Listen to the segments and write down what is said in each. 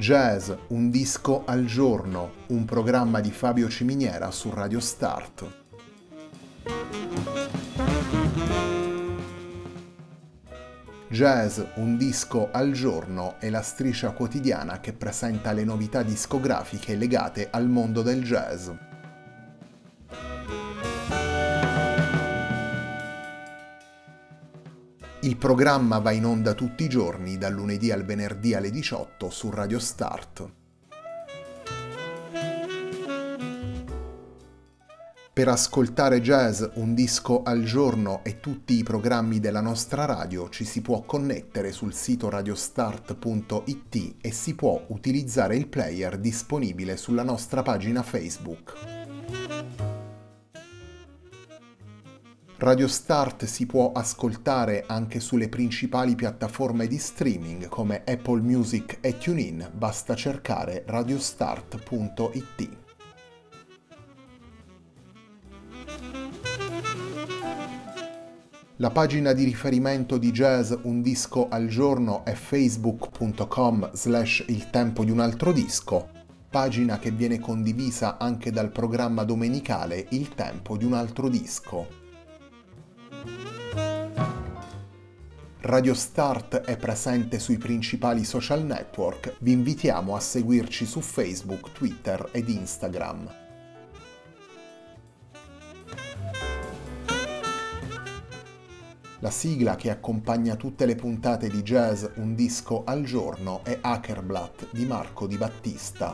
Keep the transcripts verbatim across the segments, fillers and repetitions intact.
Jazz, un disco al giorno, un programma di Fabio Ciminiera su Radio Start. Jazz, un disco al giorno è la striscia quotidiana che presenta le novità discografiche legate al mondo del jazz. Il programma va in onda tutti i giorni, dal lunedì al venerdì alle diciotto su Radio Start. Per ascoltare Jazz, un disco al giorno e tutti i programmi della nostra radio ci si può connettere sul sito radiostart punto it e si può utilizzare il player disponibile sulla nostra pagina Facebook. Radio Start si può ascoltare anche sulle principali piattaforme di streaming come Apple Music e TuneIn, basta cercare radiostart punto it. La pagina di riferimento di Jazz, un disco al giorno è facebook punto com slash il tempo di un altro disco, pagina che viene condivisa anche dal programma domenicale Il tempo di un altro disco. Radio Start è presente sui principali social network, vi invitiamo a seguirci su Facebook, Twitter ed Instagram. La sigla che accompagna tutte le puntate di Jazz, un disco al giorno è Hackerblatt di Marco Di Battista.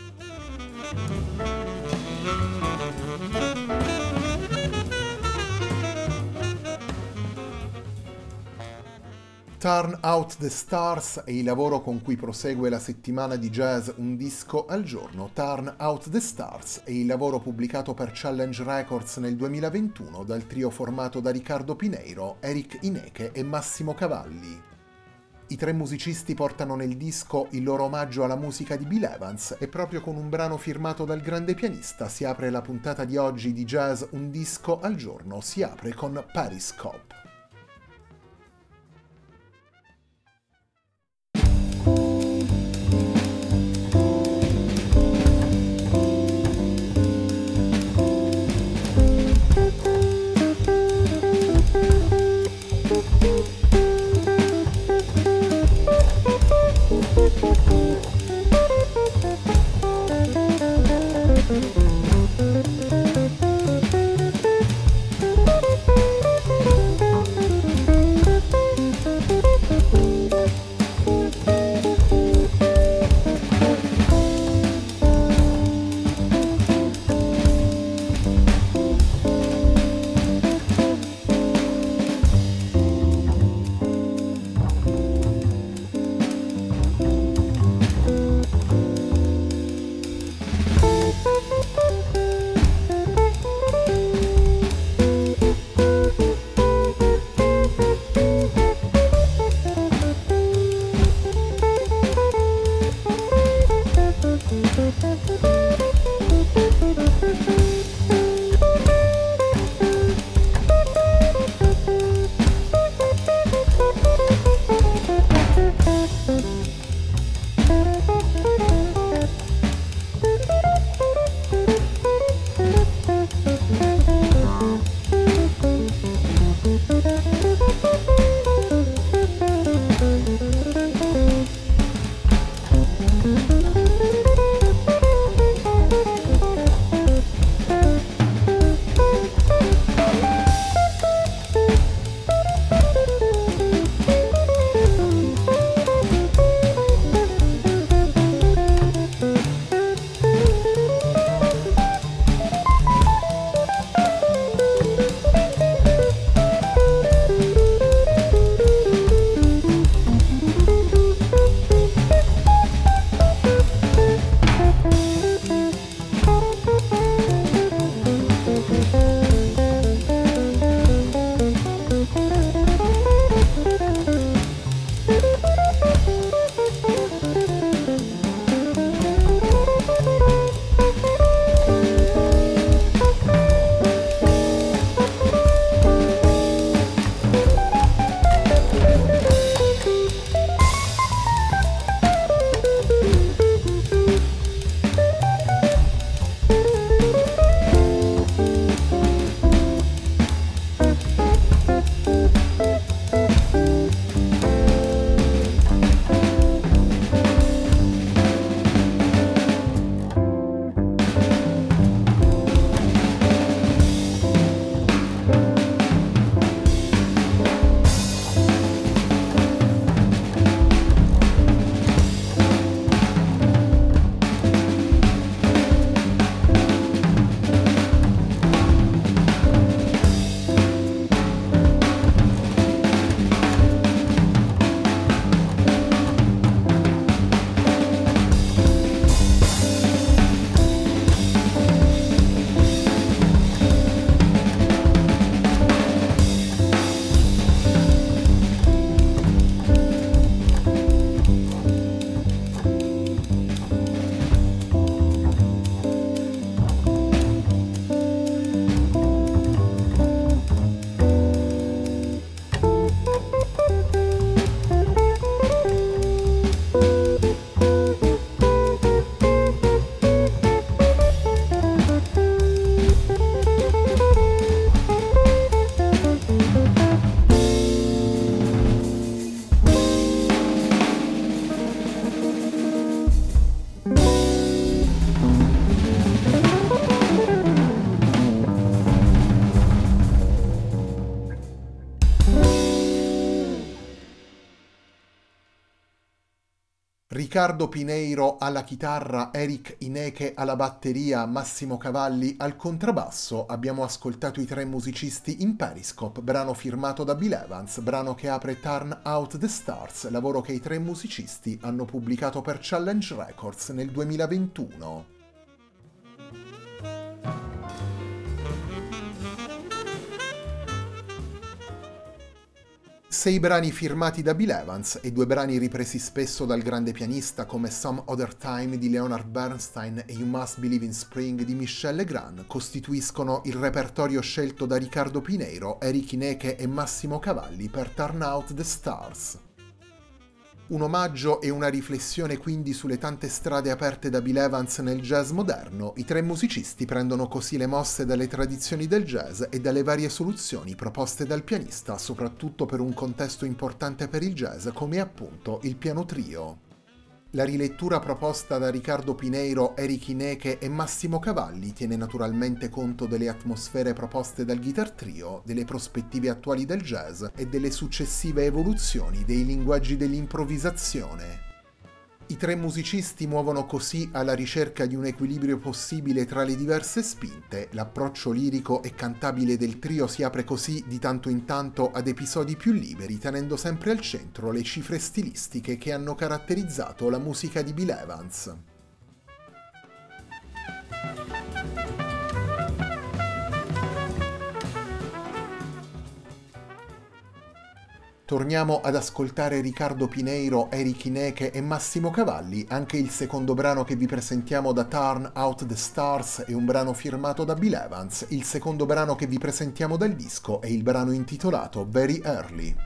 Turn Out the Stars è il lavoro con cui prosegue la settimana di Jazz, un disco al giorno. Turn Out the Stars è il lavoro pubblicato per Challenge Records nel duemilaventuno dal trio formato da Riccardo Pineiro, Eric Ineke e Massimo Cavalli. I tre musicisti portano nel disco il loro omaggio alla musica di Bill Evans e proprio con un brano firmato dal grande pianista si apre la puntata di oggi di Jazz, un disco al giorno. Si apre con Periscope. Riccardo Pineiro alla chitarra, Eric Ineke alla batteria, Massimo Cavalli al contrabbasso. Abbiamo ascoltato i tre musicisti in Periscope, brano firmato da Bill Evans, brano che apre Turn Out the Stars, lavoro che i tre musicisti hanno pubblicato per Challenge Records nel duemilaventuno. Sei brani firmati da Bill Evans e due brani ripresi spesso dal grande pianista come Some Other Time di Leonard Bernstein e You Must Believe in Spring di Michel Legrand costituiscono il repertorio scelto da Riccardo Pineiro, Eric Ineke e Massimo Cavalli per Turn Out the Stars. Un omaggio e una riflessione quindi sulle tante strade aperte da Bill Evans nel jazz moderno. I tre musicisti prendono così le mosse dalle tradizioni del jazz e dalle varie soluzioni proposte dal pianista, soprattutto per un contesto importante per il jazz come appunto il piano trio. La rilettura proposta da Riccardo Pineiro, Eric Ineke e Massimo Cavalli tiene naturalmente conto delle atmosfere proposte dal Guitar Trio, delle prospettive attuali del jazz e delle successive evoluzioni dei linguaggi dell'improvvisazione. I tre musicisti muovono così alla ricerca di un equilibrio possibile tra le diverse spinte. L'approccio lirico e cantabile del trio si apre così di tanto in tanto ad episodi più liberi, tenendo sempre al centro le cifre stilistiche che hanno caratterizzato la musica di Bill Evans. Torniamo ad ascoltare Riccardo Pineiro, Eric Ineke e Massimo Cavalli. Anche il secondo brano che vi presentiamo da Turn Out the Stars è un brano firmato da Bill Evans. Il secondo brano che vi presentiamo dal disco è il brano intitolato Very Early.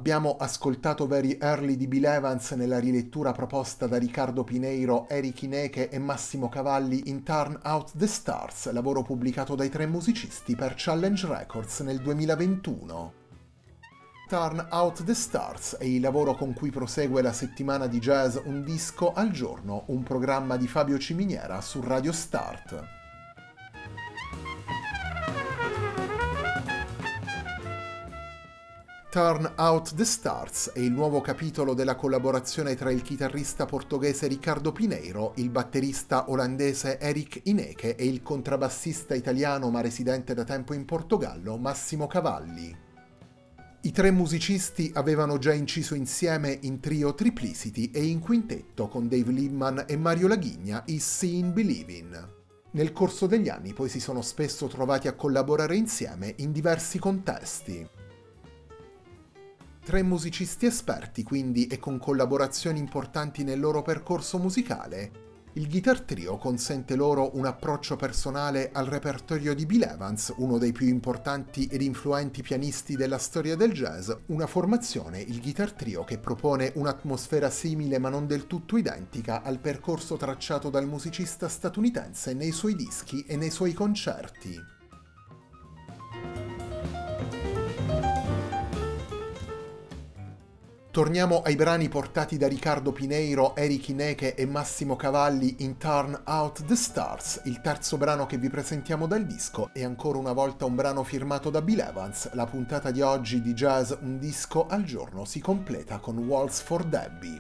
Abbiamo ascoltato Very Early di Bill Evans nella rilettura proposta da Riccardo Pineiro, Eric Ineke e Massimo Cavalli in Turn Out the Stars, lavoro pubblicato dai tre musicisti per Challenge Records nel duemilaventuno. Turn Out the Stars è il lavoro con cui prosegue la settimana di jazz Un disco al giorno, un programma di Fabio Ciminiera su Radio Start. Turn Out the Stars è il nuovo capitolo della collaborazione tra il chitarrista portoghese Riccardo Pineiro, il batterista olandese Eric Ineke e il contrabbassista italiano ma residente da tempo in Portogallo Massimo Cavalli. I tre musicisti avevano già inciso insieme in trio Triplicity e in quintetto con Dave Liebman e Mario Laghigna i Seeing Believin'. Nel corso degli anni poi si sono spesso trovati a collaborare insieme in diversi contesti. Tre musicisti esperti quindi e con collaborazioni importanti nel loro percorso musicale, il Guitar Trio consente loro un approccio personale al repertorio di Bill Evans, uno dei più importanti ed influenti pianisti della storia del jazz, una formazione, il Guitar Trio, che propone un'atmosfera simile ma non del tutto identica al percorso tracciato dal musicista statunitense nei suoi dischi e nei suoi concerti. Torniamo ai brani portati da Riccardo Pineiro, Eric Ineke e Massimo Cavalli in Turn Out the Stars. Il terzo brano che vi presentiamo dal disco è ancora una volta un brano firmato da Bill Evans. La puntata di oggi di Jazz Un disco al giorno si completa con Waltz for Debbie.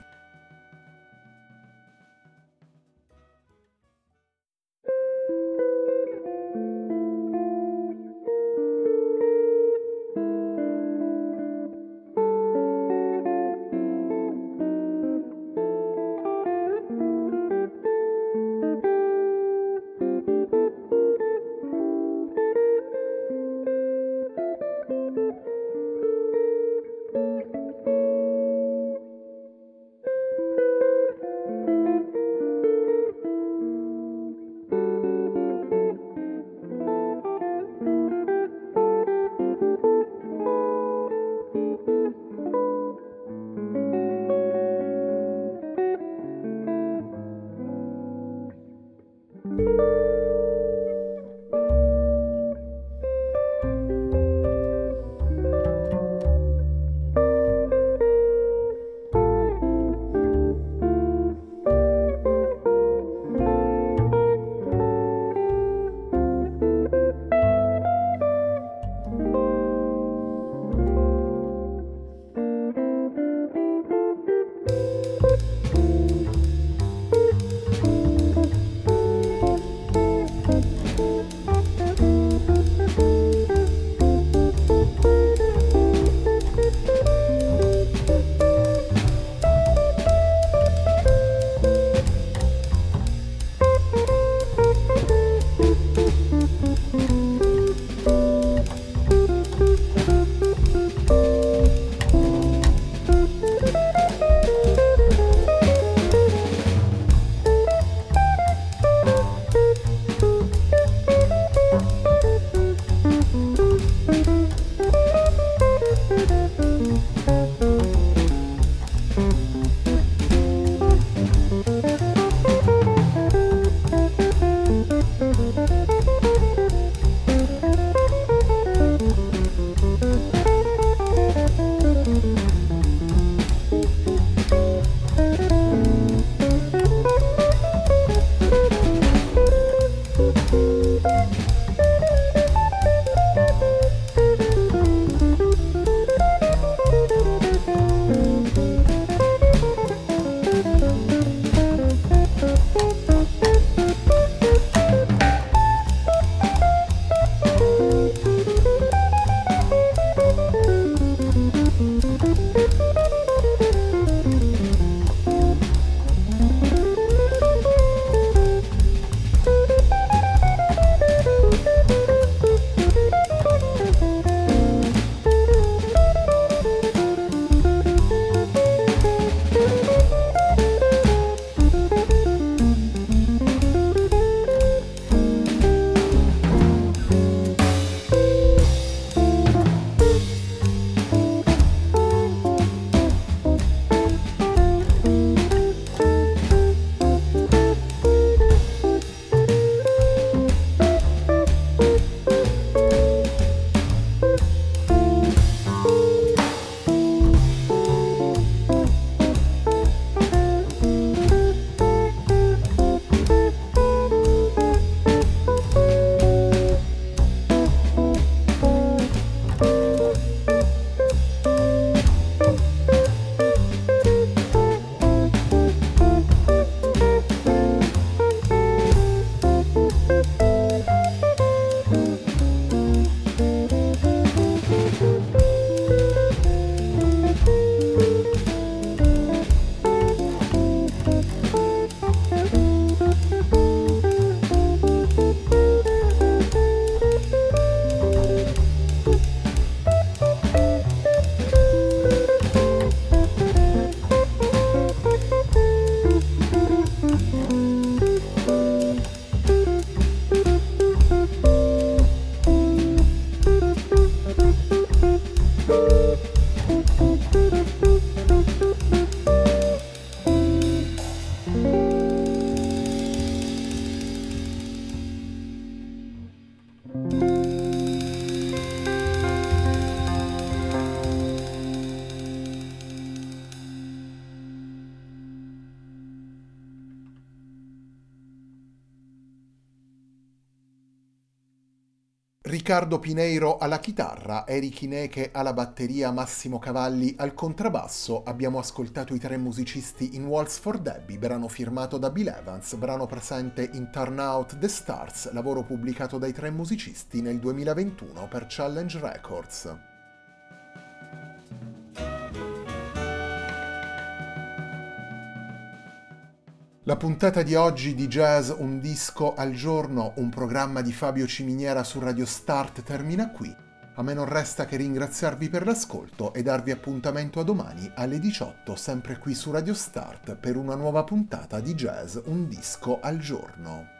Riccardo Pineiro alla chitarra, Eric Ineke alla batteria, Massimo Cavalli al contrabbasso. Abbiamo ascoltato i tre musicisti in Waltz for Debbie, brano firmato da Bill Evans, brano presente in Turn Out the Stars, lavoro pubblicato dai tre musicisti nel duemilaventuno per Challenge Records. La puntata di oggi di Jazz Un Disco al Giorno, un programma di Fabio Ciminiera su Radio Start, termina qui. A me non resta che ringraziarvi per l'ascolto e darvi appuntamento a domani alle diciotto, sempre qui su Radio Start, per una nuova puntata di Jazz Un Disco al Giorno.